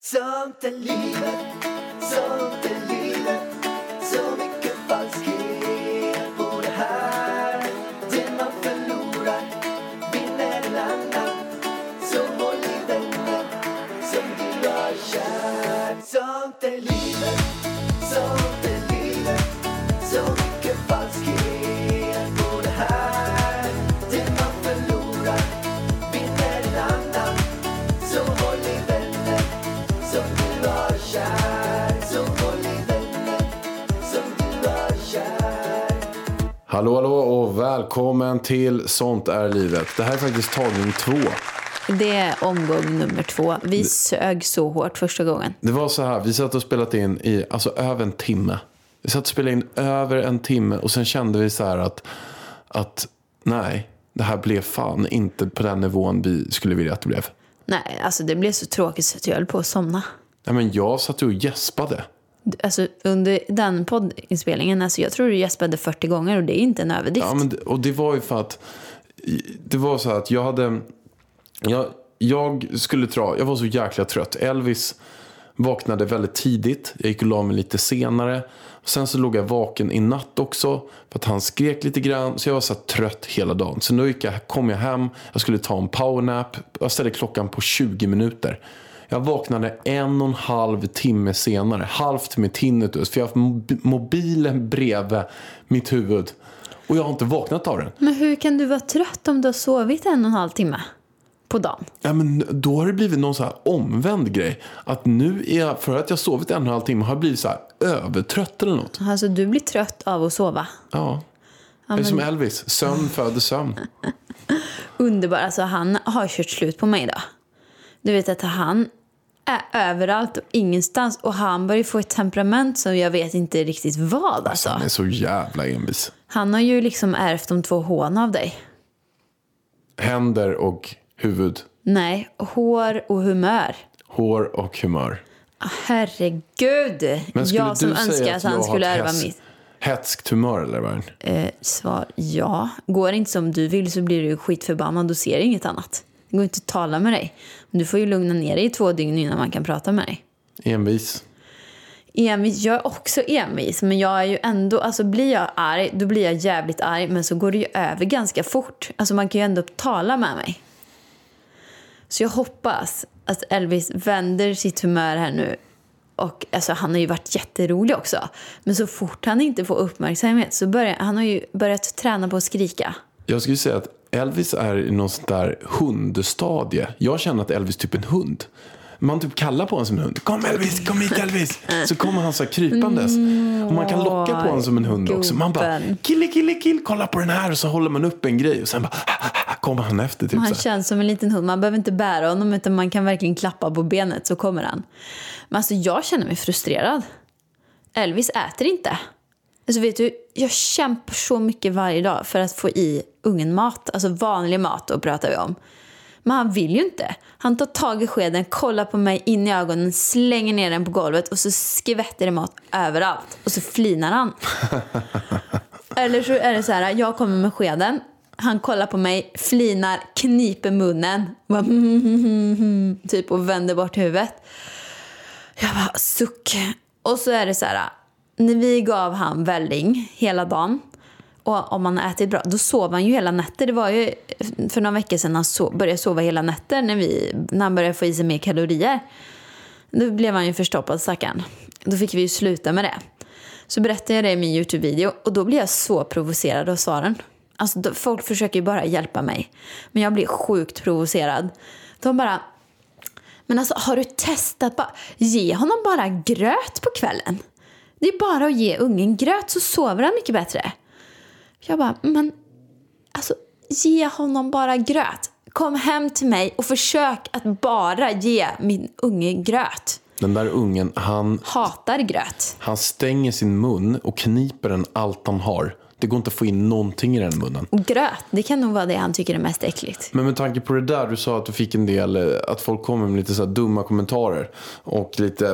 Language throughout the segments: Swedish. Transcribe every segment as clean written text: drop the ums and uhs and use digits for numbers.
Sånt är livet, så mycket falskhet på det här. Det man förlorar vinner en annan. Så håll i vänner som du har kär. Sånt är livet, så mycket falskhet på det här. Det man förlorar vinner en annan. Så håll i vänner som du har kär. Så håll i vänner som du har kär. Hallå och välkommen till Sånt är livet. Det här är faktiskt tagning 2. Det är omgång nummer 2. Vi sög så hårt första gången. Det var så här, vi satt och spelat in i över en timme. Vi satt och spelade in över en timme och sen kände vi så här att nej, det här blev fan inte på den nivån vi skulle vilja att det blev. Nej, alltså det blev så tråkigt så att jag höll på att somna. Ja, men jag satt och gäspade. Alltså under den poddinspelningen, alltså jag tror du gäspade 40 gånger och det är inte en överdrift. Ja, men och det var ju för att det var så att jag var så jäkla trött. Elvis vaknade väldigt tidigt. Jag gick och la mig lite senare. Och sen så låg jag vaken i natt också för att han skrek lite grann. Så jag var så trött hela dagen. Så nu kom jag hem. Jag skulle ta en powernap. Jag ställde klockan på 20 minuter. Jag vaknade 1,5 timme senare. Halvt med tinnitus. För jag har haft mobilen bredvid mitt huvud. Och jag har inte vaknat av den. Men hur kan du vara trött om du har sovit 1,5 timme på dagen? Ja, men då har det blivit någon så här omvänd grej. Att nu är jag, för att jag har sovit 1,5 timme, har jag blivit så här övertrött eller något. Alltså du blir trött av att sova. Ja. Det är som Elvis. Sömn föder sömn. Underbar. Alltså han har kört slut på mig då. Du vet att han är överallt och ingenstans. Och han börjar få ett temperament som jag vet inte riktigt vad. Alltså. Han är så jävla envis. Han har ju liksom ärvt de 2 hån av dig. Händer och huvud. Nej, hår och humör. Hår och humör. Herregud. Men skulle jag som du säga önskar att han skulle ärva mitt. Hätskt humör eller vad? Svar ja. Går det inte som du vill så blir du skitförbannad och ser inget annat. Det går inte att tala med dig. Men du får ju lugna ner dig i 2 dygn innan man kan prata med dig. Envis. Envis, jag är också envis. Men jag är ju ändå, alltså blir jag arg, då blir jag jävligt arg. Men så går det ju över ganska fort. Alltså man kan ju ändå tala med mig. Så jag hoppas att Elvis vänder sitt humör här nu. Och alltså, han har ju varit jätterolig också. Men så fort han inte får uppmärksamhet så han har ju börjat träna på att skrika. Jag skulle säga att Elvis är i någon sån där hundstadie. Jag känner att Elvis är typ en hund. Man typ kallar på honom som en hund. Kom Elvis, kom hit Elvis. Så kommer han så här krypandes. Och man kan locka på honom som en hund också. Man bara, kill, kolla på den här. Och så håller man upp en grej. Och sen bara, kommer han efter. Typ, han känns som en liten hund. Man behöver inte bära honom utan man kan verkligen klappa på benet så kommer han. Men alltså jag känner mig frustrerad. Elvis äter inte. Alltså vet du, jag kämpar så mycket varje dag för att få i ungen mat. Alltså vanlig mat då pratar vi om. Men han vill ju inte. Han tar tag i skeden, kollar på mig in i ögonen, slänger ner den på golvet och så skvätter det mat överallt. Och så flinar han. Eller så är det så här, jag kommer med skeden. Han kollar på mig, flinar, kniper munnen. Bara, typ och vänder bort huvudet. Jag bara, suck. Och så är det så här, när vi gav han välling hela dagen. Och om man har ätit bra, då sover han ju hela nätter. Det var ju för några veckor sedan han började sova hela nätter när han började få i sig mer kalorier. Då blev han ju förstoppad, stackaren. Då fick vi ju sluta med det. Så berättade jag det i min YouTube-video och då blev jag så provocerad av svaren. Alltså folk försöker ju bara hjälpa mig. Men jag blir sjukt provocerad. De bara, men alltså har du testat ge honom bara gröt på kvällen? Det är bara att ge ungen gröt så sover han mycket bättre. Jag bara, men alltså ge honom bara gröt. Kom hem till mig och försök att bara ge min unge gröt. Den där ungen, han hatar gröt. Han stänger sin mun och kniper den allt han har. Det går inte att få in någonting i den munnen. Och gröt, det kan nog vara det han tycker är mest äckligt. Men med tanke på det där, du sa att du fick en del, att folk kommer med lite så här dumma kommentarer. Och lite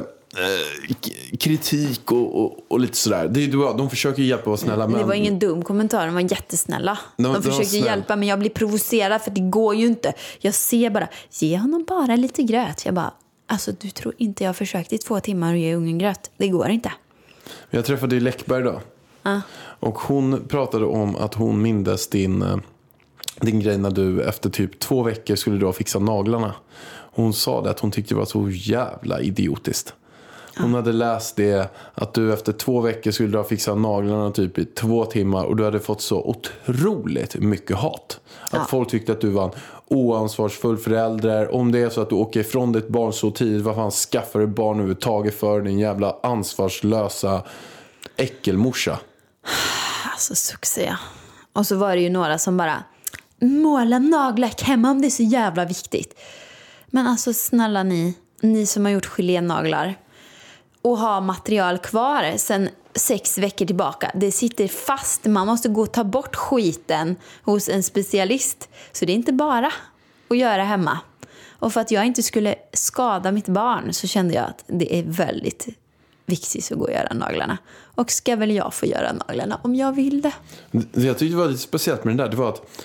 kritik och lite sådär. De försöker hjälpa och snälla. Men det var ingen dum kommentar, de var jättesnälla. De försökte hjälpa, men jag blir provocerad för det går ju inte. Jag ser bara, ge honom bara lite gröt. Jag bara, Alltså du tror inte jag har försökt i 2 timmar att ge ungen gröt. Det går inte. Jag träffade ju Läckberg då. Och hon pratade om att hon mindes din grej när du efter typ 2 veckor skulle då fixa naglarna. Hon sa det att hon tyckte det var så jävla idiotiskt. Hon hade läst det att du efter 2 veckor skulle dra fixa naglarna typ i 2 timmar och du hade fått så otroligt mycket hat. Att folk tyckte att du var en oansvarsfull förälder. Om det är så att du åker ifrån ditt barn så tidigt, vad fan skaffar du barn överhuvudtaget för din jävla ansvarslösa äckelmorsa? Alltså succé. Och så var det ju några som bara måla nagellack hemma om det är så jävla viktigt. Men alltså snälla ni som har gjort gelénaglar och har material kvar sen 6 veckor tillbaka. Det sitter fast. Man måste gå och ta bort skiten hos en specialist. Så det är inte bara att göra hemma. Och för att jag inte skulle skada mitt barn så kände jag att det är väldigt viktigt att gå och göra naglarna. Och ska väl jag få göra naglarna om jag vill det. Jag tyckte det var lite speciellt med den där. Det var att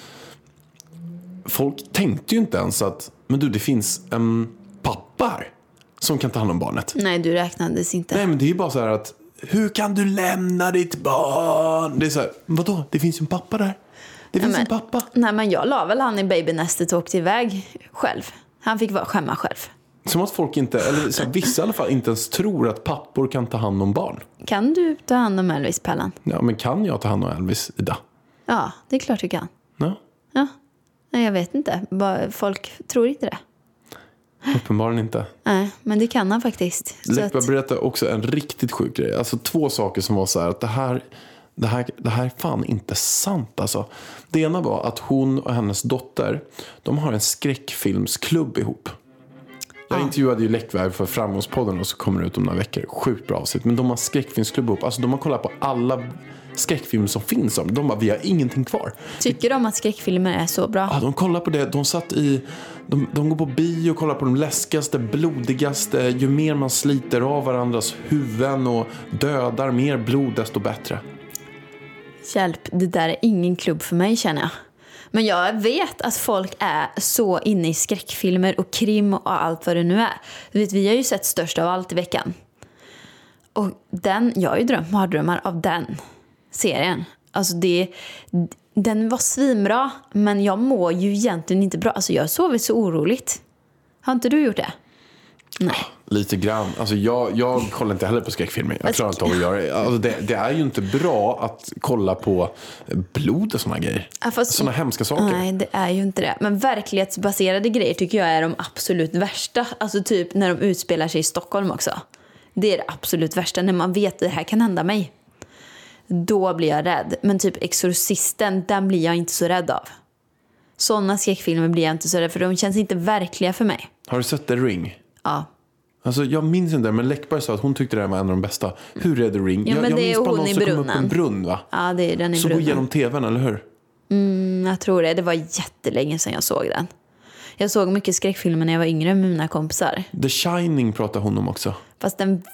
folk tänkte ju inte ens att men du, det finns en pappa här som kan ta hand om barnet. Nej, du räknades inte. Nej, men det är ju bara så här att hur kan du lämna ditt barn? Det är så här, vadå? Det finns ju en pappa där. Det finns en pappa. Nej, men jag la väl han i babynästet och åkte iväg själv. Han fick vara skämma själv. Som att folk inte, eller så här, vissa i alla fall inte ens tror att pappor kan ta hand om barn. Kan du ta hand om Elvis, Pellan? Ja, men kan jag ta hand om Elvis, Ida? Ja, det är klart du kan. Ja. Ja, nej, jag vet inte. Folk tror inte det. Uppenbarligen inte. Nej, men det kan han faktiskt. Läckberg berättade också en riktigt sjuk grej. Alltså 2 saker som var så här att det här är fan inte sant alltså. Det ena var att hon och hennes dotter, de har en skräckfilmsklubb ihop. Jag intervjuade ju Läckberg för Framgångspodden och så kommer det ut om några veckor. Sjukt bra avsnitt. Men de har skräckfilmsklubb ihop. Alltså de har kollat på alla skräckfilmer som finns om. De bara, vi har ingenting kvar. Tycker de att skräckfilmer är så bra? Ja, de kollar på det. De satt i... De går på bio och kollar på de läskigaste, blodigaste. Ju mer man sliter av varandras huvuden och dödar mer blod, desto bättre. Hjälp, det där är ingen klubb för mig, känner jag. Men jag vet att folk är så inne i skräckfilmer och krim och allt vad det nu är. Du vet, vi har ju sett Störst av allt i veckan. Och jag har ju mardrömmar av den serien. Alltså den var svinbra, men jag mår ju egentligen inte bra. Alltså jag har sovit så oroligt. Har inte du gjort det? Nej. Lite grann. Alltså jag kollar inte heller på skräckfilmer. Jag klarar inte av att göra det. Alltså det är ju inte bra att kolla på blod och såna grejer. Ja, såna hemska saker. Nej, det är ju inte det. Men verklighetsbaserade grejer tycker jag är de absolut värsta. Alltså typ när de utspelar sig i Stockholm också. Det är det absolut värsta. När man vet att det här kan hända mig. Då blir jag rädd. Men typ Exorcisten, den blir jag inte så rädd av. Såna skräckfilmer blir jag inte så rädd för. De känns inte verkliga för mig. Har du sett The Ring? Ja. Alltså jag minns inte det, men Läckberg sa att hon tyckte det var en av de bästa. Hur är The Ring? Ja, men jag det minns är bara hon någon i som kom upp brunnen. en brunn, va? Ja, det är den i så brunnen. Så genom tvn, eller hur? Jag tror det. Det var jättelänge sedan jag såg den. Jag såg mycket skräckfilmer när jag var yngre med mina kompisar. The Shining pratar hon om också. Fast den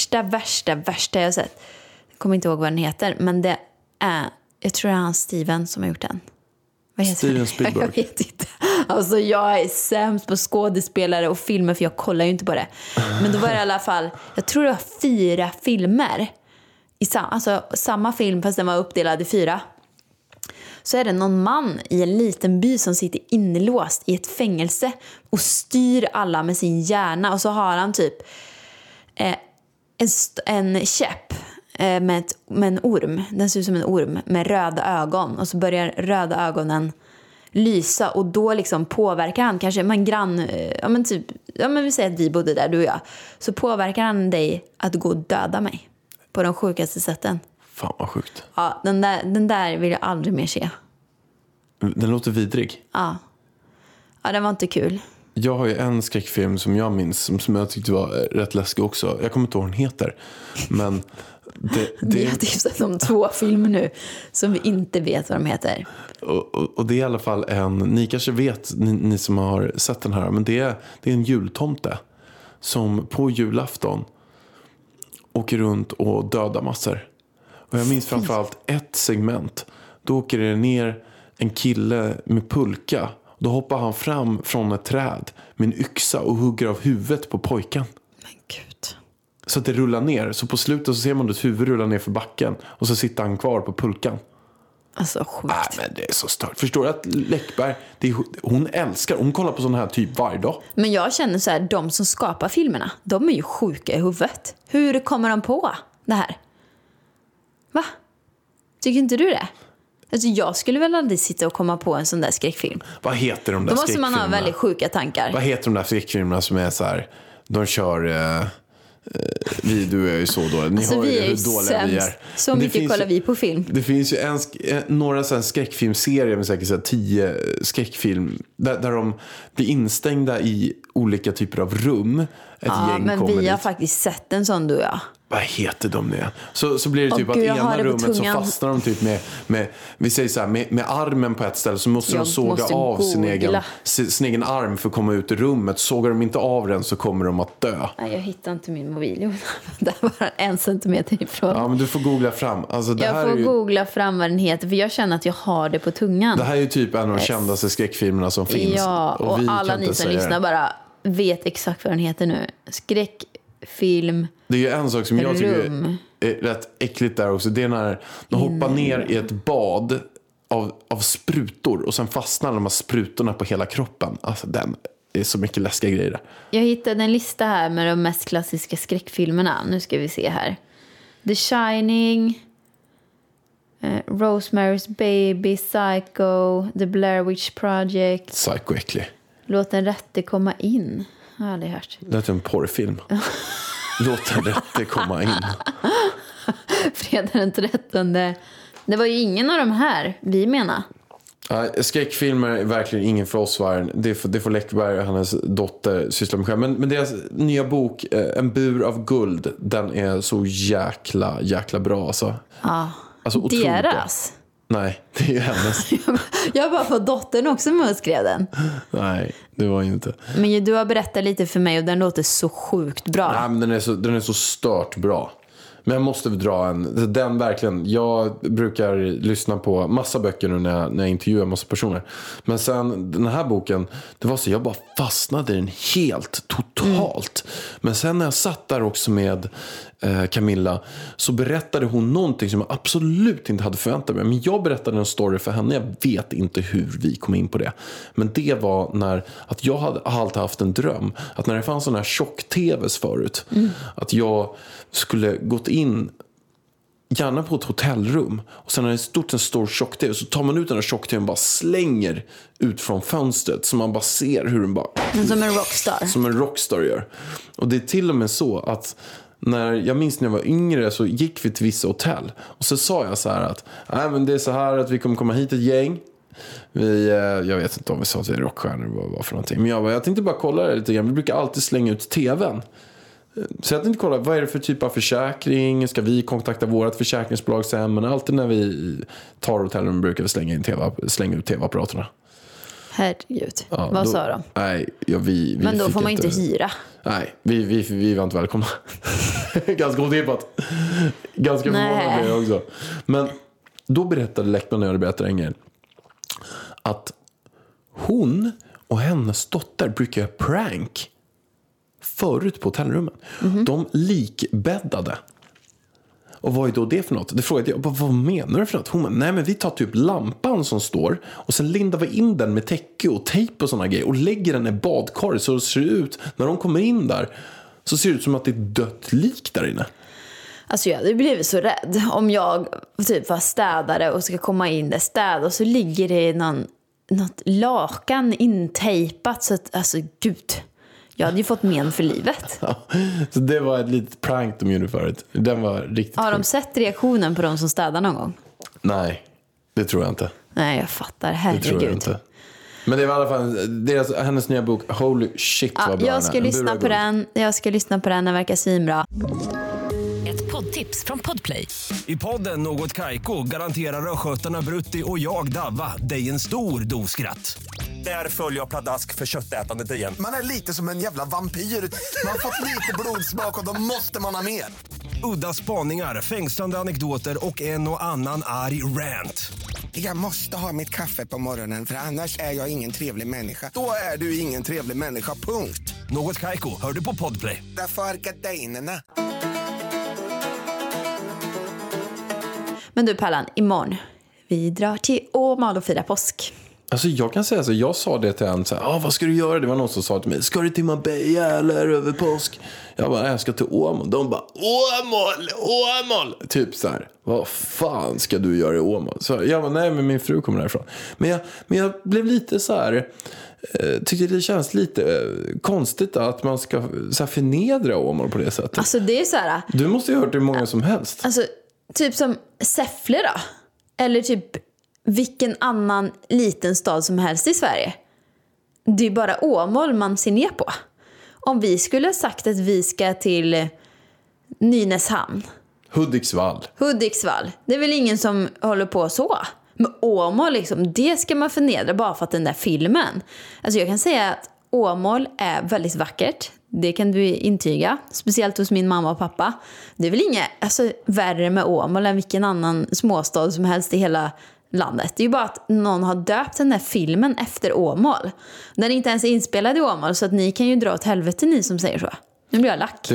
värsta jag har sett. Jag kommer inte ihåg vad den heter, men det är... Jag tror det är han Steven som har gjort den. Vad heter Steven Spielberg. Jag vet inte. Alltså jag är sämst på skådespelare och filmer, för jag kollar ju inte på det. Men då var det i alla fall, jag tror det var 4 filmer. Samma film fast den var uppdelad i 4. Så är det någon man i en liten by som sitter inlåst i ett fängelse och styr alla med sin hjärna. Och så har han typ en käpp med en orm. Den ser ut som en orm med röda ögon. Och så börjar röda ögonen lysa. Och då liksom påverkar han kanske vi säger att vi bodde där, du och jag. Så påverkar han dig att gå och döda mig. På de sjukaste sätten. Fan vad sjukt. Ja, den där vill jag aldrig mer se. Den låter vidrig. Ja, den var inte kul. Jag har ju en skräckfilm som jag minns som jag tyckte var rätt läskig också. Jag kommer inte ihåg vad den heter. Men Vi har tipsat om 2 filmer nu som vi inte vet vad de heter. Och det är i alla fall ni kanske vet, ni som har sett den här, men det är en jultomte som på julafton åker runt och dödar massor. Och jag minns framförallt ett segment. Då åker det ner en kille med pulka. Då hoppar han fram från ett träd med en yxa och hugger av huvudet på pojken. Men gud. Så att det rullar ner. Så på slutet så ser man ett huvud rulla ner för backen. Och så sitter han kvar på pulkan. Alltså sjukt. Nej, men det är så stört. Förstår du att Läckberg, hon kollar på sån här typ varje dag. Men jag känner så här, de som skapar filmerna, de är ju sjuka i huvudet. Hur kommer de på det här? Va? Tycker inte du det? Alltså jag skulle väl aldrig sitta och komma på en sån där skräckfilm. Vad heter de där Då måste man skräckfilmerna? ha väldigt sjuka tankar. Vad heter de där skräckfilmerna som är så här, de kör... du är ju så dåliga. Ni Alltså, hör vi ju är hur ju dåliga vi är. sämst. Så mycket kollar vi på film. Det finns ju några sån skräckfilmserier med säkert så här 10 skräckfilm där de blir instängda i olika typer av rum. Ett gäng men kommer vi har dit. faktiskt sett en sån, du och jag. Vad heter de nu? Så blir det typ Gud, att jag har ena det på rummet så tungan. fastnar de typ med vi säger så här, med armen på ett ställe, så måste de Jag såga måste av googla. sin egen arm för att komma ut ur rummet. Sågar de inte av den så kommer de att dö. Nej, jag hittar inte min mobil. Där var den 1 centimeter ifrån. Ja, men du får googla fram. Alltså, det Jag här får är ju, googla fram vad den heter, för jag känner att jag har det på tungan. det här är ju typ en av de kändaste skräckfilmerna som finns. Ja, och vi alla kan ni inte som säga lyssnar det. bara vet exakt vad den heter nu. Skräckfilm. Det är ju en sak som jag tycker Rum. är rätt äckligt där också. Det är när de hoppar ner i ett bad av sprutor och sen fastnar de här sprutorna på hela kroppen. Alltså den är så mycket läskiga grejer där. Jag hittade en lista här med de mest klassiska skräckfilmerna. Nu ska vi se här. The Shining, Rosemary's Baby, Psycho, The Blair Witch Project. Psycho-äcklig. Låt den rätte komma in. Jag har aldrig hört. Det är en porrfilm. Låt den rätte komma in. Fredag den 13. Det var ju ingen av de här vi menar. Skräckfilmer är verkligen ingen för oss. Det får Läckberg och hennes dotter syssla med själv. Men deras nya bok, En bur av guld, den är så jäkla bra. Alltså. Ja, Alltså, otroligt deras. bra. Nej, det är ju hennes. Jag har bara fått dottern också med och skrev den. Nej, det var inte. Men du har berättat lite för mig och den låter så sjukt bra. Nej, men den är så stört bra. Men jag måste dra den verkligen. Jag brukar lyssna på massa böcker nu när jag intervjuar massa personer. Men sen den här boken, det var så jag bara fastnade i den helt totalt. Men sen när jag satt där också med Camilla, så berättade hon någonting som jag absolut inte hade förväntat mig. Men jag berättade en story för henne. Jag vet inte hur vi kom in på det. Men det var att jag hade alltid haft en dröm. Att när det fanns sådana här tjock-tvs förut. Att jag skulle gått in gärna på ett hotellrum. Och sen när det är en stor tjock-tv, så tar man ut den här tjock-tvn och bara slänger ut från fönstret. Så man bara ser hur den bara... Som en rockstar. Som en rockstar gör. Och det är till och med så att jag minns när jag var yngre, så gick vi till vissa hotell. Och så sa jag så här att nej, men det är så här att vi kommer komma hit ett gäng. Jag vet inte om vi sa att vi är rockstjärnor eller vad för någonting. Men jag tänkte bara kolla det lite grann. Vi brukar alltid slänga ut tvn. Så jag tänkte kolla, vad är det för typ av försäkring? Ska vi kontakta vårt försäkringsbolag sen? Men alltid när vi tar hotellrum brukar vi slänga ut tv-apparaterna. Herregud. Ja, Vad då, sa de? Nej, vi Men då fick får man inte hyra. Nej, vi var inte välkomna. Ganska otippat. Ganska förvånande blev jag också. Men då berättade Läckman, när jag berättade en grej, att hon och hennes dotter brukar göra prank förut på hotellrummen. De likbäddade. Och vad är då det för något? Det frågade jag, vad menar du för något? Hon bara, nej men vi tar typ lampan som står och sen lindar vi in den med täcke och tejp och såna grejer och lägger den i badkaret, så det ser ut, när de kommer in där, så ser det ut som att det är ett dött lik där inne. Alltså jag hade blivit så rädd om jag typ var städare och ska komma in där städ och så ligger det något lakan intejpat, så att, alltså gud, jag hade ju fått men för livet. Ja, så det var ett litet prank de gjorde förut. Den var riktigt Har de sjuk. sett reaktionen på de som städar någon gång? Nej, det tror jag inte. Nej, jag fattar. Det Herregud. tror jag inte. Men det var i alla fall hennes nya bok, Holy shit, vad bra. Jag ska lyssna på den. Jag ska lyssna på den, den verkar svinbra. Ett poddtips från Podplay. I podden Något Kaiko garanterar röskötarna Brutti och jag Davva dig en stor doskratt. Där följer jag pladask för köttätandet igen. Man är lite som en jävla vampyr. Man har fått lite blodsmak och då måste man ha mer. Udda spaningar, fängslande anekdoter och en och annan arg rant. Jag måste ha mitt kaffe på morgonen för annars är jag ingen trevlig människa. Då är du ingen trevlig människa, punkt. Något Kaiko, hör du på Podplay. Därför är gardinerna. Men du Pallan, imorgon. Vi drar till Åmål och firar påsk. Alltså jag kan säga så, jag sa det till en så här, vad ska du göra? Det var någon som sa till mig, ska du till Marbella eller över påsk? Jag bara, jag ska till Åmål. De bara, Åmål! Typ så här, vad fan ska du göra i Åmål? Så jag bara, nej men min fru kommer därifrån. Men jag blev lite så här, tyckte det känns lite konstigt att man ska så här förnedra Åmål på det sättet. Alltså det är så här. Du måste ju ha hört det många som helst. Alltså typ som Säffle då. Eller typ vilken annan liten stad som helst i Sverige. Det är bara Åmål man ser ner på. Om vi skulle ha sagt att vi ska till Nynäshamn. Hudiksvall. Det är väl ingen som håller på så. Men Åmål liksom, det ska man förnedra bara för att den där filmen. Alltså jag kan säga att Åmål är väldigt vackert. Det kan du intyga. Speciellt hos min mamma och pappa. Det är väl inget värre med Åmål än vilken annan småstad som helst i hela landet. Det är ju bara att någon har döpt den där filmen efter Åmål. Den är inte ens inspelad i Åmål, så att ni kan ju dra åt helvete ni som säger så. Nu blir jag lack.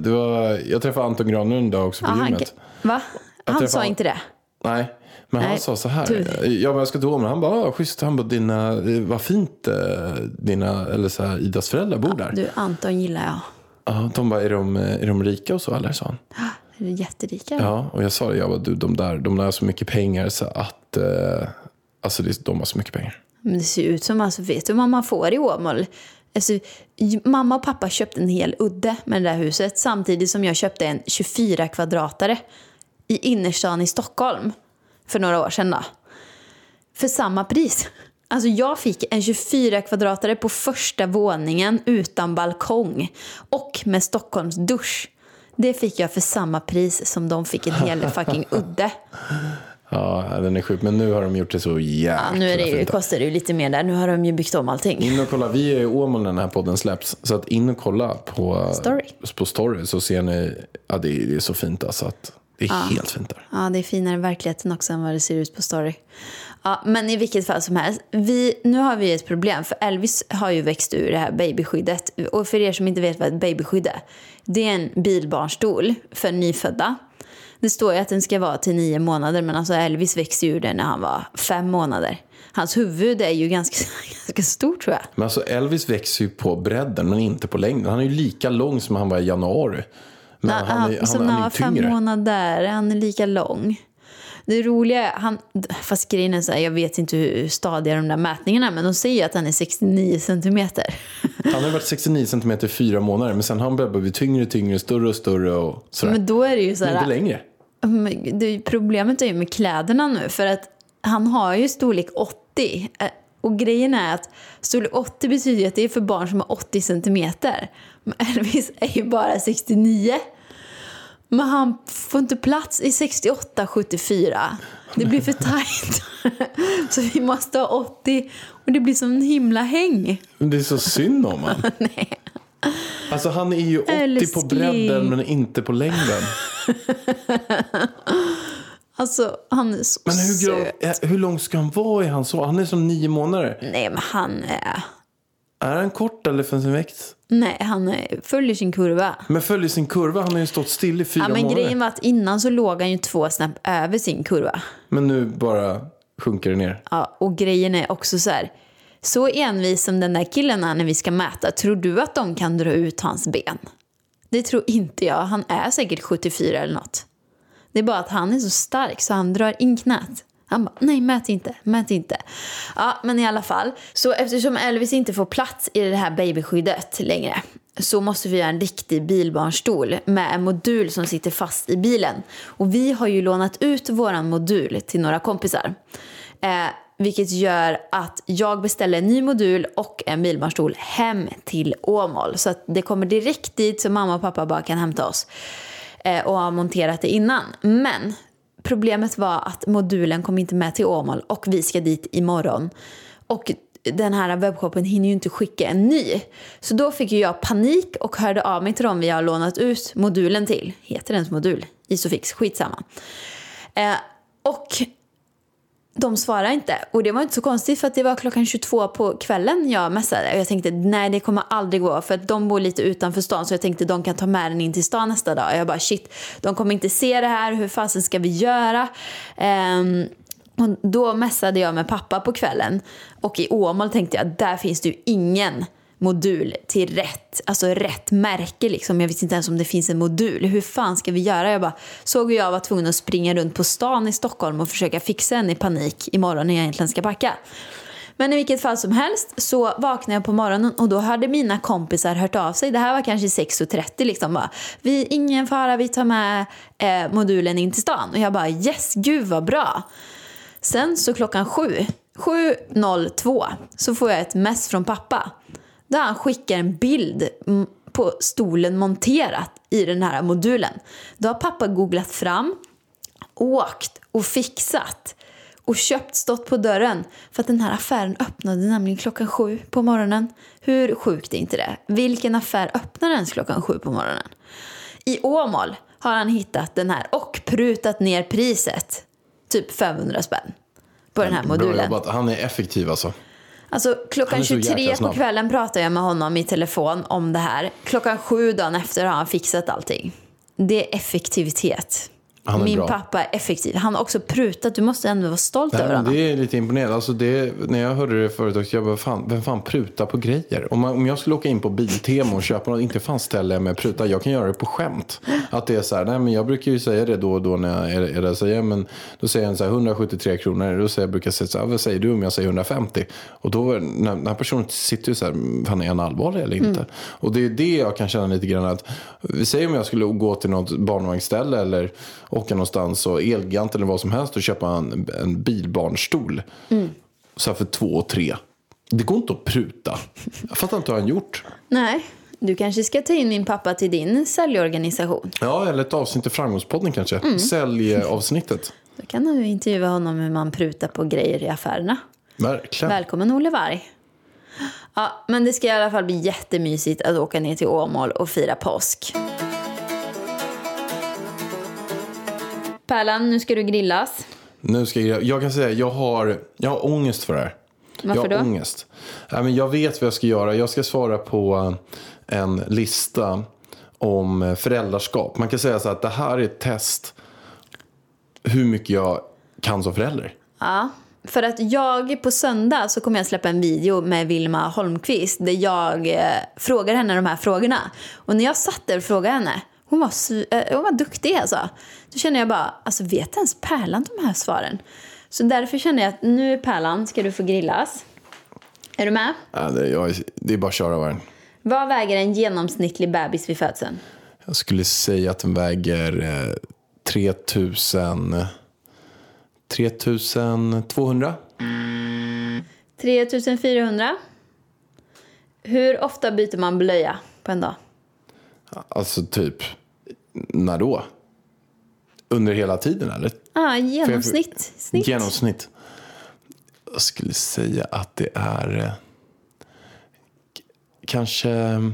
Jag träffade Anton Granlund en dag också på gymmet. Va? Han sa inte det? Nej, men han sa så här. Jag ska till Åmål. Han bara, schysst. Han bara, vad fint dina, eller så här, Idas föräldrar bor där. Du, Anton gillar jag. Ja, de bara, är de rika och så, eller sa han? Är det jätterika? Ja, och jag sa det, de där har så mycket pengar så att, alltså de har så mycket pengar. Men det ser ut som, alltså vet du vad man får i Åmål? Alltså, mamma och pappa köpte en hel udde med det där huset samtidigt som jag köpte en 24 kvadratare i innerstan i Stockholm för några år sedan då. För samma pris. Alltså jag fick en 24 kvadratare på första våningen utan balkong och med Stockholms dusch. Det fick jag för samma pris som de fick en hel fucking udde. Ja, den är sjuk. Men nu har de gjort det så jäkla nu är det kostar det ju lite mer där. Nu har de ju byggt om allting. In och kolla, vi är i Åmål när den här podden släpps. Så att in och kolla på story så ser ni, ja det är så fint alltså att det är helt fint där. Ja, det är finare i verkligheten också än vad det ser ut på story. Ja, men i vilket fall som helst. Nu har vi ett problem. För Elvis har ju växt ur det här babyskyddet. Och för er som inte vet vad ett babyskydd är. Det är en bilbarnstol för nyfödda. Det står ju att den ska vara till 9 månader. Men alltså Elvis växte ur den när han var 5 månader. Hans huvud är ju ganska stort tror jag. Men alltså Elvis växer ju på bredden men inte på längden. Han är ju lika lång som han var i januari. Men han är 5 månader, han är lika lång. Det roliga, fast grejen är så här, jag vet inte hur stadiga de där mätningarna är, men de säger att han är 69 centimeter. Han har varit 69 centimeter i 4 månader, men sen har han börjat bli tyngre, större och större och sådär. Men då är det ju så här, men inte längre. Problemet är ju med kläderna nu, för att han har ju storlek 80. Och grejen är att storlek 80 betyder att det är för barn som har 80 centimeter. Men Elvis är ju bara 69. Men han får inte plats i 68-74. Det blir för tajt. Så vi måste ha 80. Och det blir som en himla häng. Men det är så synd om han. Nej. Alltså han är ju 80 på bredden men inte på längden. Alltså han är så men hur lång ska han vara i hans så? Han är som 9 månader. Nej, men han är... Är han kort eller för sin växt? Nej, han följer sin kurva. Men följer sin kurva? Han har ju stått still i 4 månader. Men grejen var att innan så låg han ju 2 snäpp över sin kurva. Men nu bara sjunker det ner. Ja, och grejen är också så här. Så envis som den där killen är när vi ska mäta. Tror du att de kan dra ut hans ben? Det tror inte jag. Han är säkert 74 eller något. Det är bara att han är så stark så han drar in knät. Han bara, nej, mät inte. Ja, men i alla fall. Så eftersom Elvis inte får plats i det här babyskyddet längre, så måste vi göra en riktig bilbarnstol med en modul som sitter fast i bilen. Och vi har ju lånat ut våran modul till några kompisar. Vilket gör att jag beställer en ny modul och en bilbarnstol hem till Åmål. Så att det kommer direkt dit så mamma och pappa bara kan hämta oss. Och har monterat det innan. Men problemet var att modulen kom inte med till Åmål och vi ska dit imorgon. Och den här webbshoppen hinner ju inte skicka en ny. Så då fick ju jag panik och hörde av mig till dem vi har lånat ut modulen till. Heter den modul? Isofix, skitsamma. Och de svarar inte. Och det var inte så konstigt för att det var klockan 22 på kvällen jag messade. Och jag tänkte, nej det kommer aldrig gå. För att de bor lite utanför stan. Så jag tänkte, de kan ta med den in till stan nästa dag. Och jag bara, shit, de kommer inte se det här. Hur fasen ska vi göra? Och då messade jag med pappa på kvällen. Och i Åmål tänkte jag, där finns det ju ingen modul till rätt märke liksom. Jag visste inte ens om det finns en modul. Hur fan ska vi göra? Jag var tvungen att springa runt på stan i Stockholm och försöka fixa en i panik imorgon när jag egentligen ska packa. Men i vilket fall som helst så vaknade jag på morgonen och då hade mina kompisar hört av sig. Det här var kanske 6:30 liksom. Ingen fara, vi tar med modulen in till stan. Och jag bara, yes, gud vad bra. Sen så klockan 7:02 så får jag ett mess från pappa. Där han skickar en bild på stolen monterat i den här modulen. Då har pappa googlat fram, åkt och fixat och stått på dörren. För att den här affären öppnade nämligen klockan 7 på morgonen. Hur sjukt är inte det? Vilken affär öppnar ens klockan 7 på morgonen? I Åmål har han hittat den här och prutat ner priset. Typ 500 spänn på den här modulen. Bra jobbat. Han är effektiv alltså. Alltså klockan 23 på kvällen pratar jag med honom i telefon om det här. Klockan 7 dagen efter har han fixat allting. Det är effektivitet. Min bra. pappa är effektiv. Han har också prutat. Du måste ändå vara stolt över honom. Det är lite imponerande. Alltså när jag hörde det förut också, jag bara, vem fan prutar på grejer? Om jag skulle åka in på Biltema och köpa något, inte fan ställer jag med pruta. Jag kan göra det på skämt. Att det är så här, nej men jag brukar ju säga det då och då när jag är där. Säger, men då säger jag så här, 173 kronor. Då säger jag, brukar säga så här, vad säger du om jag säger 150? Och då, när personen sitter ju så här, fan är han allvarlig eller inte? Och det är det jag kan känna lite grann att, vi säger om jag skulle gå till något barnvagnsställe eller åka någonstans och Elgigant eller vad som helst och köpa en bilbarnstol så här för 2 3. Det går inte att pruta. Jag fattar inte vad han gjort. Nej, du kanske ska ta in min pappa till din säljorganisation. Ja, eller ett avsnitt i Framgångspodden kanske. Säljavsnittet. Då kan du intervjua honom hur man prutar på grejer i affärerna. Verkligen. Välkommen Olle Varg. Ja, men det ska i alla fall bli jättemysigt att åka ner till Åmål och fira påsk. Pärlan, nu ska du grillas. Jag kan säga, jag har ångest för det här. Varför jag har då? ångest. Men jag vet vad jag ska göra. Jag ska svara på en lista om föräldraskap. Man kan säga så att det här är ett test hur mycket jag kan som förälder. Ja, för att jag på söndag så kommer jag släppa en video med Vilma Holmqvist där jag frågar henne de här frågorna. Och när jag satt där och frågade henne, hon var duktig alltså. Då känner jag bara, alltså vet ens Pärlan de här svaren? Så därför känner jag att nu Pärlan ska du få grillas. Är du med? Ja, det är bara att köra varje. Vad väger en genomsnittlig bebis vid födseln? Jag skulle säga att den väger 3200. 3400. Hur ofta byter man blöja på en dag? Alltså typ, när då? Under hela tiden eller? Ja, genomsnitt. Genomsnitt. Jag skulle säga att det är kanske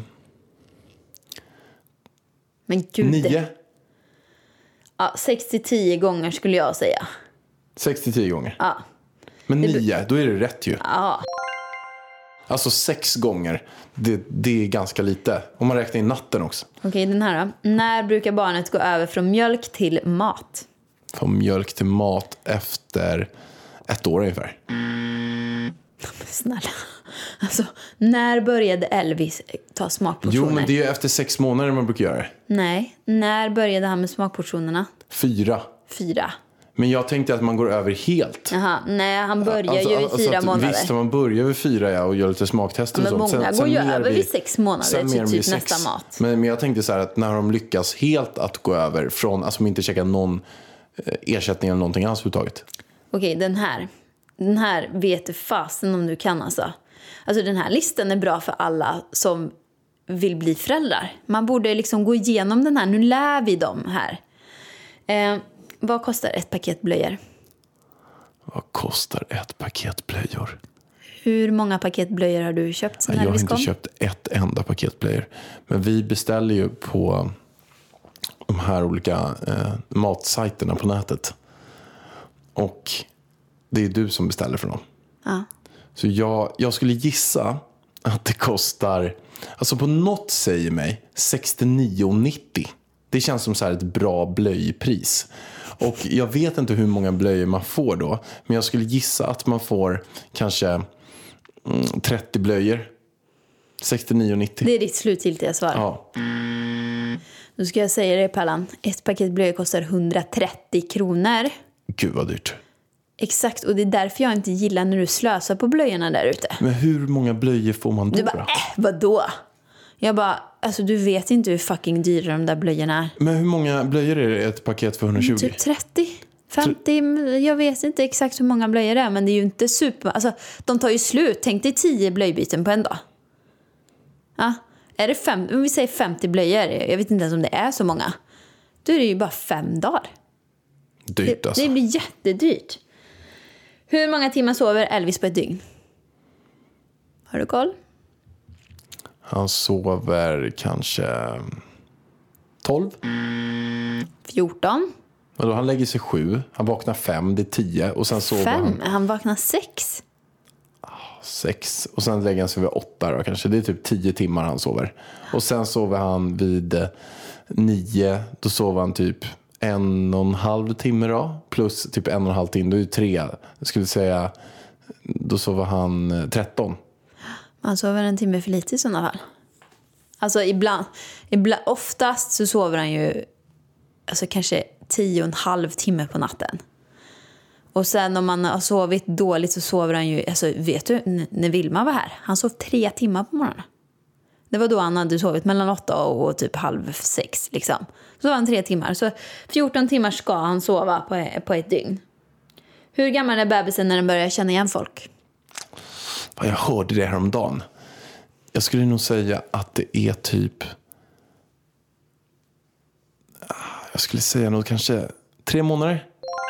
Men gud. 9. Ja, 6-10 gånger skulle jag säga. 6-10 gånger. Ja. Men 9, då är det rätt ju. Ja. Alltså 6 gånger, det är ganska lite. Om man räknar in natten också. Okej, den här då. När brukar barnet gå över från mjölk till mat? Från mjölk till mat efter 1 år ungefär. Snälla. Alltså, när började Elvis ta smakportioner? Jo, men det är ju efter 6 månader man brukar göra det. Nej, när började han med smakportionerna? 4. 4. Men jag tänkte att man går över helt. Jaha, nej, han börjar ju vid 4 månader. Visst, man börjar vid 4 och gör lite smaktester men och sånt. många går ju över vid 6 månader till typ 6. nästa mat. Men jag tänkte så här att när de lyckas helt att gå över från, alltså de inte käkar någon ersättning eller någonting alls överhuvudtaget. Okej, den här vet du fasen om du kan alltså. Alltså den här listan är bra för alla som vill bli föräldrar. Man borde liksom gå igenom den här. Nu lär vi dem här. Vad kostar ett paket blöjor? Vad kostar ett paket blöjor? Hur många paket blöjor har du köpt sen Jag har Elvis inte kom? köpt ett enda paket blöjor. Men vi beställer ju på de här olika matsajterna på nätet. Och det är du som beställer för dem. Ja. Så jag skulle gissa att det kostar, alltså på något säger mig 69,90. Det känns som så här ett bra blöjpris. Och jag vet inte hur många blöjor man får då, men jag skulle gissa att man får kanske 30 blöjor. 69,90. Det är ditt slutgiltiga svar. Ja. Nu ska jag säga det, Pallan. Ett paket blöjor kostar 130 kronor. Gud vad dyrt. Exakt, och det är därför jag inte gillar när du slösar på blöjorna där ute. Men hur många blöjor får man då? Du bara, vadå? Jag bara, alltså du vet inte hur fucking dyra de där blöjorna är. Men hur många blöjor är det ett paket för 120? Typ 30, 50, jag vet inte exakt hur många blöjor det är. Men det är ju inte super, alltså de tar ju slut. Tänk dig 10 blöjbyten på en dag. Ja, är det om vi säger 50 blöjor, jag vet inte ens om det är så många. Då är det ju bara 5 dagar. Dyrt alltså. Det blir jättedyrt. Hur många timmar sover Elvis på ett dygn? Har du koll? Han sover kanske 12. 14. Och då han lägger sig 7. Han vaknar 5, det är 10. Och sen sover 5, han vaknar 6. 6. Och sen lägger han sig vid 8 då, kanske. Det är typ 10 timmar han sover. Och sen sover han vid 9. Då sover han typ 1,5 timme då. Plus typ 1,5 timme. Då är det 3. Jag skulle säga, då sover han 13. Han sover en timme för lite i sådana fall. Alltså ibland, oftast så sover han ju alltså kanske 10,5 timme på natten. Och sen om man har sovit dåligt så sover han ju, alltså vet du, när Vilma var här, han sov 3 timmar på morgonen. Det var då han hade sovit mellan 8 och typ 5:30 liksom. Så var han 3 timmar, så 14 timmar ska han sova på ett dygn. Hur gammal är bebisen när den börjar känna igen folk? Jag hörde det häromdagen. Jag skulle nog säga att det är typ, jag skulle säga nog kanske 3 månader.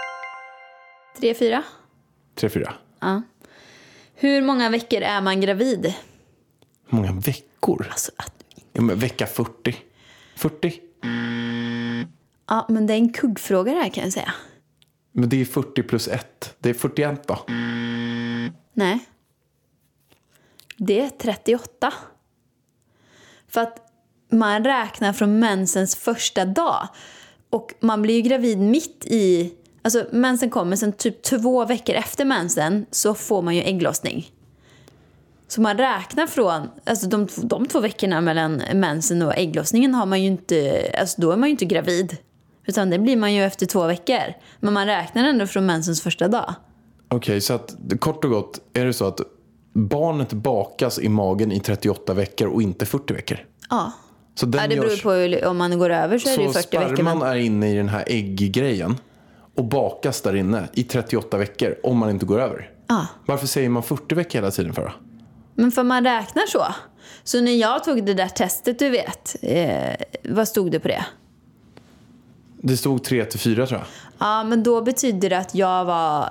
3-4? 3-4. Ja. Hur många veckor är man gravid? Hur många veckor? Alltså, Ja, men vecka 40. 40? ja, men det är en kuggfråga det här kan jag säga. Men det är 40 plus 1. Det är 41 då. Nej. Det är 38. För att man räknar från mensens första dag. Och man blir ju gravid mitt i, alltså mensen kommer sen typ 2 veckor efter mensen så får man ju ägglossning. Så man räknar från, alltså de 2 veckorna mellan mensen och ägglossningen har man ju inte, alltså då är man ju inte gravid. Utan det blir man ju efter 2 veckor. Men man räknar ändå från mensens första dag. Okej, så att kort och gott är det så att barnet bakas i magen i 38 veckor och inte 40 veckor. Ja. Så den Ja, det beror på om man går över så är det ju 40 veckor. Så Men... sperman är inne i den här ägggrejen och bakas där inne i 38 veckor om man inte går över. Ja. Varför säger man 40 veckor hela tiden för då? Men för man räknar så. Så när jag tog det där testet, du vet, vad stod det på det? Det stod 3-4 tror jag. Ja, men då betyder det att jag var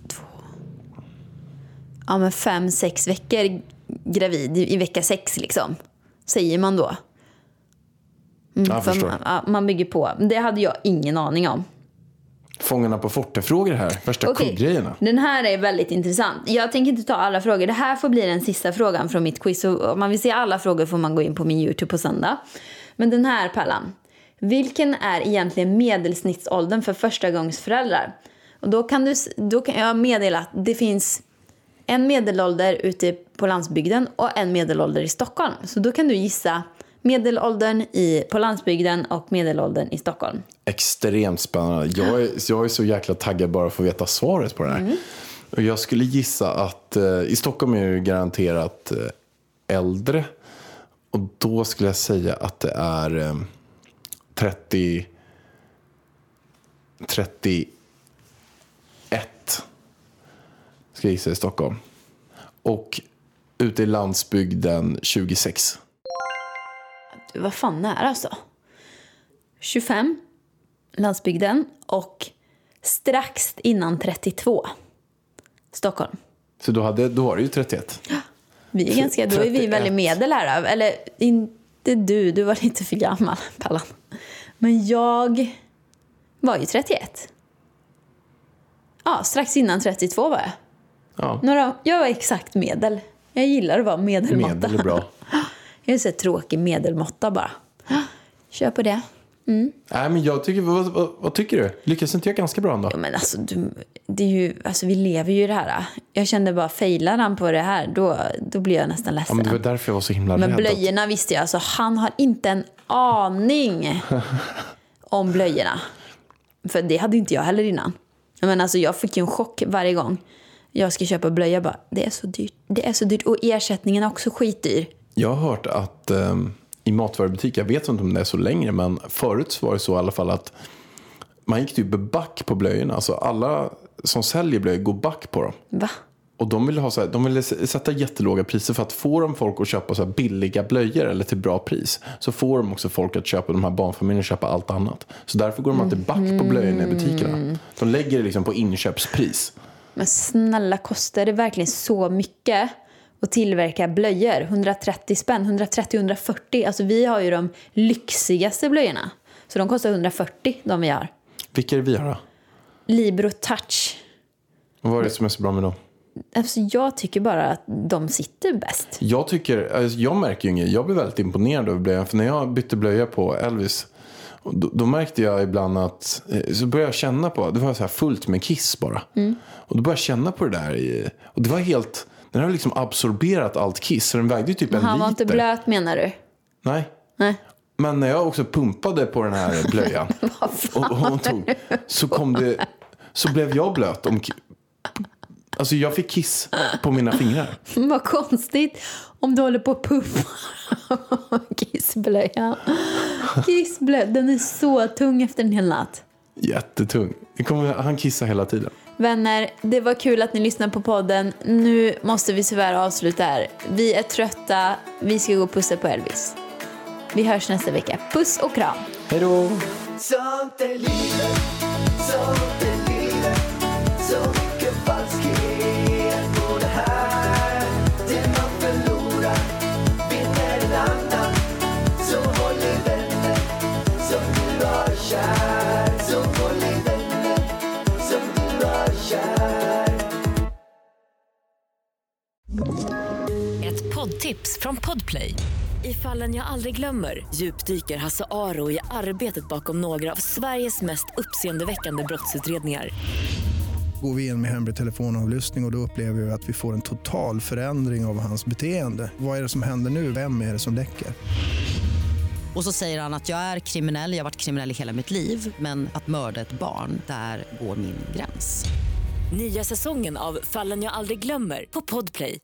5-6 veckor gravid i vecka 6 liksom. Säger man då. Jag förstår. Man bygger på. Det hade jag ingen aning om. Fångarna på forte-frågor här. Värsta kuggrejerna. Den här är väldigt intressant. Jag tänker inte ta alla frågor. Det här får bli den sista frågan från mitt quiz. Och om man vill se alla frågor får man gå in på min YouTube på söndag. Men den här, Pallan. Vilken är egentligen medelsnittsåldern för förstagångsföräldrar? Och då kan jag meddela att det finns en medelålder ute på landsbygden och en medelålder i Stockholm. Så då kan du gissa medelåldern på landsbygden och medelåldern i Stockholm. Extremt spännande. Jag är så jäkla taggad bara för att veta svaret på det här. Och jag skulle gissa att i Stockholm är det garanterat äldre. Och då skulle jag säga att det är 31 ska jag gissa i Stockholm. Och ute i landsbygden 26. Vad fan är det alltså? 25 landsbygden och strax innan 32 Stockholm. Så då har du ju 31. Vi är ganska, då är vi väldigt medel här. Eller inte du var lite för gammal, Pallan. Men jag var ju 31. Ja, strax innan 32 var jag. Ja. Jag var exakt medel. Jag gillar att vara medelmåtta. Medel är bra. Jag är så tråkig medelmåtta bara. Kör på det. Nej, men jag tycker, vad tycker du? Lyckas inte jag ganska bra ändå? Ja, men alltså, det är ju, alltså, vi lever ju det här. Jag kände bara, failar han på det här, då blir jag nästan ledsen. Ja, men det var därför jag var så himla rädd. Men blöjorna visste jag. Alltså, han har inte en aning om blöjorna. För det hade inte jag heller innan. Men alltså, jag fick ju en chock varje gång jag ska köpa blöja. Bara, det är så dyrt. Det är så dyrt. Och ersättningen är också skitdyr. Jag har hört att i matvarubutik, jag vet inte om det är så längre, men förut var det så i alla fall att man gick typ back på blöjorna. Alltså alla som säljer blöjor går back på dem. Va? Och de ville sätta jättelåga priser för att få de folk att köpa så här billiga blöjor eller till bra pris. Så får de också folk att köpa, de här barnfamiljerna köpa allt annat. Så därför går de alltid back på blöjorna i butikerna. De lägger det liksom på inköpspris. Men snälla, kostar det verkligen så mycket att tillverka blöjor? 130 spänn, 130-140. Alltså vi har ju de lyxigaste blöjorna. Så de kostar 140, de vi har. Vilka är det vi har då? Libero Touch. Och vad är det som är så bra med dem? Alltså jag tycker bara att de sitter bäst. Jag märker ju inget. Jag blir väldigt imponerad över blöjan. För när jag bytte blöja på Elvis, då märkte jag ibland att så började jag känna på, det var så här fullt med kiss bara. Och då började jag känna på det där och det var helt, den har liksom absorberat allt kiss, så den vägde ju typ en liter. Han var inte blöt, menar du? Nej. Men när jag också pumpade på den här blöjan och hon tog, så blev jag blöt alltså jag fick kiss på mina fingrar. Vad konstigt om du håller på att pumpa kissblöja. Kissblöja, den är så tung efter en hel natt. Jättetung. Han kissar hela tiden. Vänner, det var kul att ni lyssnade på podden. Nu måste vi tyvärr avsluta här. Vi är trötta. Vi ska gå och pussa på Elvis. Vi hörs nästa vecka. Puss och kram. Hej då! Sånt är livet, sånt är livet. Så mycket falskhet på det här. Det man förlorar vinner en annan. Så håll i vänner som du har kär. Så håll i vänner som du har kär. Ett poddtips från Podplay. I Fallen jag aldrig glömmer djupdyker Hasse Aro i arbetet bakom några av Sveriges mest uppseendeväckande brottsutredningar. Går vi in med hemlig telefonavlyssning och då upplever vi att vi får en total förändring av hans beteende. Vad är det som händer nu? Vem är det som läcker? Och så säger han att jag är kriminell, jag har varit kriminell i hela mitt liv. Men att mörda ett barn, där går min gräns. Nya säsongen av Fallen jag aldrig glömmer på Podplay.